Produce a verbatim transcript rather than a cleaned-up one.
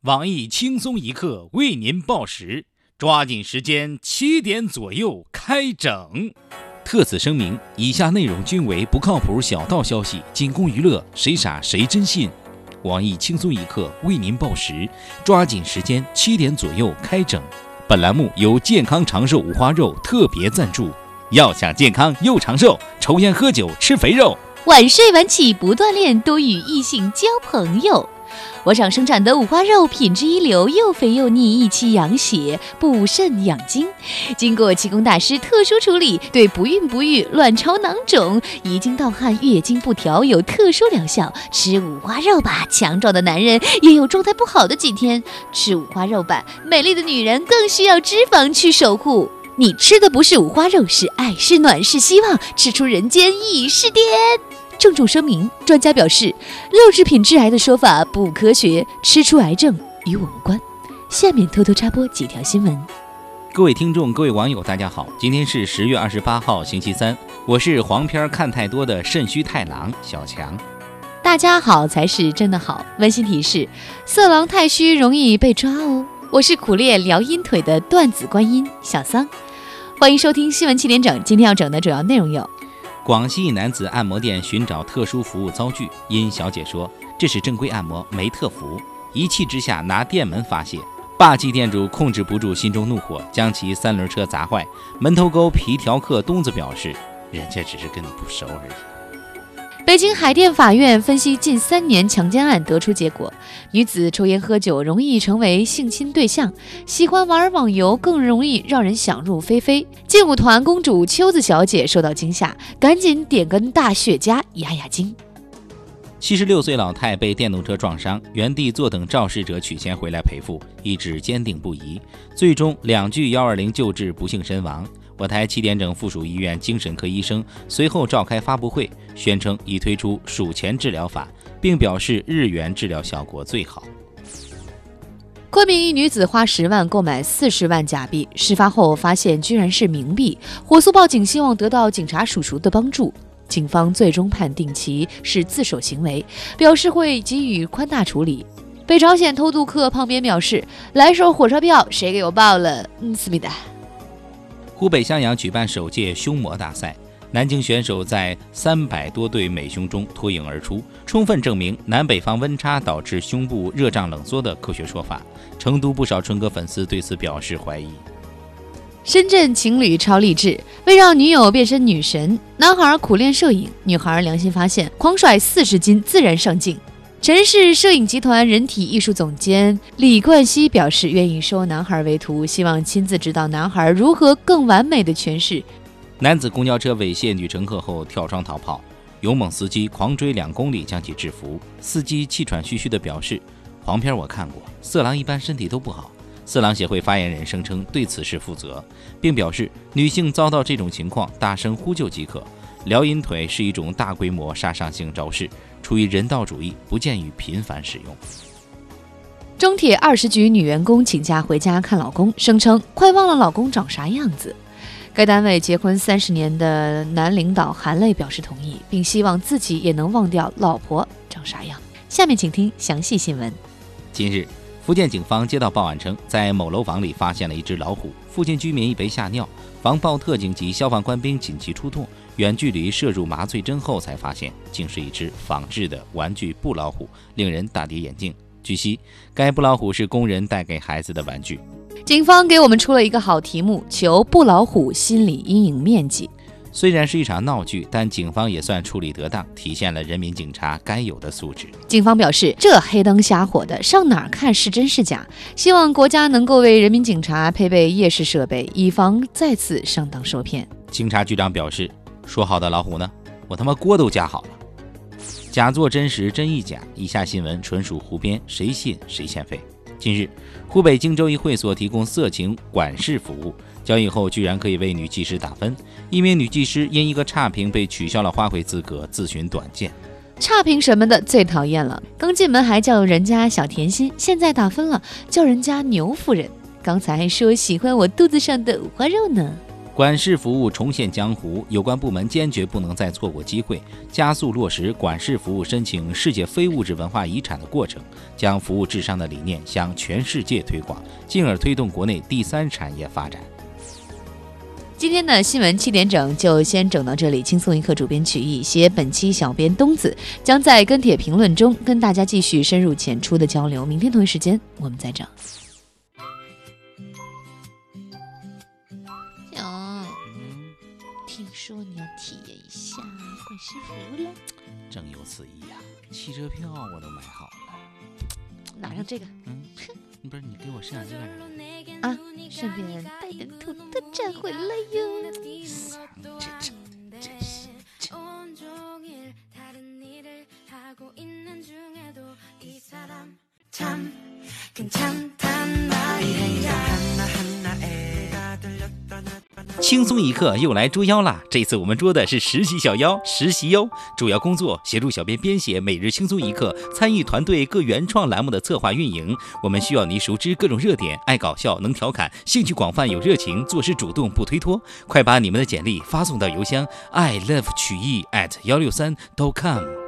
网易轻松一刻为您报时，抓紧时间，七点左右开整。特此声明，以下内容均为不靠谱小道消息，仅供娱乐，谁傻谁真信。网易轻松一刻为您报时，抓紧时间，七点左右开整。本栏目由健康长寿五花肉特别赞助。要想健康又长寿，抽烟喝酒吃肥肉， 晚睡晚起不锻炼，多与异性交朋友。我厂生产的五花肉品质一流，又肥又腻，益气养血，补肾养精。经过气功大师特殊处理，对不孕不育、卵巢囊肿、遗精盗汗、月经不调有特殊疗效。吃五花肉吧，强壮的男人也有状态不好的几天。吃五花肉吧，美丽的女人更需要脂肪去守护。你吃的不是五花肉，是爱，是暖，是希望，吃出人间已是巅。郑重声明，专家表示，肉制品致癌的说法不科学，吃出癌症与我无关。下面偷偷插播几条新闻。 各位听众，各位网友，大家好，今天是十月二十八号，星期三，我是黄片看太多的肾虚太郎小强。 大家好才是真的好。温馨提示：色狼太虚容易被抓哦。我是苦练撩阴腿的断子观音小桑，欢迎收听新闻七点整。今天要整的主要内容有： 广西一男子按摩店寻找特殊服务遭拒，因小姐说这是正规按摩，没特服，一气之下拿店门发泄，霸气店主控制不住心中怒火，将其三轮车砸坏。门头沟皮条客东子表示，人家只是跟你不熟而已。 北京海淀法院分析近三年强奸案得出结果，女子抽烟喝酒容易成为性侵对象，喜欢玩网游更容易让人想入非非。劲舞团公主秋子小姐受到惊吓，赶紧点根大雪茄压压惊。 七十六岁老太被电动车撞伤，原地坐等肇事者取钱回来赔付，意志坚定不移，最终两具一二零救治不幸身亡。我台七点整附属医院精神科医生随后召开发布会，宣称已推出数钱治疗法，并表示日元治疗效果最好。 昆明一女子花十万购买四十万假币，事发后发现居然是冥币，火速报警，希望得到警察叔叔的帮助。警方最终判定其是自首行为，表示会给予宽大处理。北朝鲜偷渡客胖边表示，来手火车票谁给我报了？嗯，思密达。 湖北襄阳举办首届胸模大赛，南京选手在三百多对美胸中脱颖而出，充分证明南北方温差导致胸部热胀冷缩的科学说法。成都不少春哥粉丝对此表示怀疑。 深圳情侣超励志，为让女友变身女神，男孩苦练摄影，女孩良心发现，狂甩四十斤自然上镜。陈氏摄影集团人体艺术总监李冠希表示，愿意收男孩为徒，希望亲自指导男孩如何更完美的诠释。 男子公交车猥亵女乘客后跳窗逃跑，勇猛司机狂追两公里将其制服，司机气喘吁吁地表示，黄片我看过，色狼一般身体都不好。色狼协会发言人声称对此事负责，并表示女性遭到这种情况大声呼救即可。撩阴腿是一种大规模杀伤性招式，出于人道主义，不建议频繁使用。 中铁二十局女员工请假回家看老公，声称快忘了老公长啥样子。该单位结婚三十年的男领导含泪表示同意，并希望自己也能忘掉老婆长啥样。下面请听详细新闻。 近日，福建警方接到报案称，在某楼房里发现了一只老虎，附近居民已被吓尿，防暴特警及消防官兵紧急出动，远距离射入麻醉针后才发现，竟是一只仿制的玩具布老虎，令人大跌眼镜。据悉，该布老虎是工人带给孩子的玩具。 警方给我们出了一个好题目，求布老虎心理阴影面积。 虽然是一场闹剧，但警方也算处理得当，体现了人民警察该有的素质。 警方表示，这黑灯瞎火的，上哪儿看是真是假？希望国家能够为人民警察配备夜视设备，以防再次上当受骗。 警察局长表示，说好的老虎呢？我他妈锅都加好了。假作真实，真亦假。以下新闻纯属胡编，谁信谁欠费。近日，湖北荆州一会所提供色情管事服务，交易后居然可以为女技师打分。一名女技师因一个差评被取消了花卉资格，自寻短见。 差评什么的最讨厌了，刚进门还叫人家小甜心，现在打分了叫人家牛夫人，刚才还说喜欢我肚子上的五花肉呢。 管事服务重现江湖，有关部门坚决不能再错过机会，加速落实管事服务申请世界非物质文化遗产的过程，将服务至上的理念向全世界推广，进而推动国内第三产业发展。 今天的新闻七点整就先整到这里，轻松一刻主编曲艺，写本期小编东子将在跟帖评论中跟大家继续深入浅出的交流。明天同一时间我们再整。哦，听说你要体验一下管事服了？ 正有此意呀、啊，汽车票我都买好了。 拿上这个。 嗯，不是你给我摄像机干啥？ 啊，顺便带点土特产回来哟。 这这真是这。轻松一刻又来捉妖啦！这次我们捉的是实习小妖实习哟，主要工作协助小编编写每日轻松一刻，参与团队各原创栏目的策划运营。我们需要你熟知各种热点，爱搞笑，能调侃，兴趣广泛，有热情，做事主动不推脱。快把你们的简历发送到邮箱 i love 曲艺 at 一六三 dot com。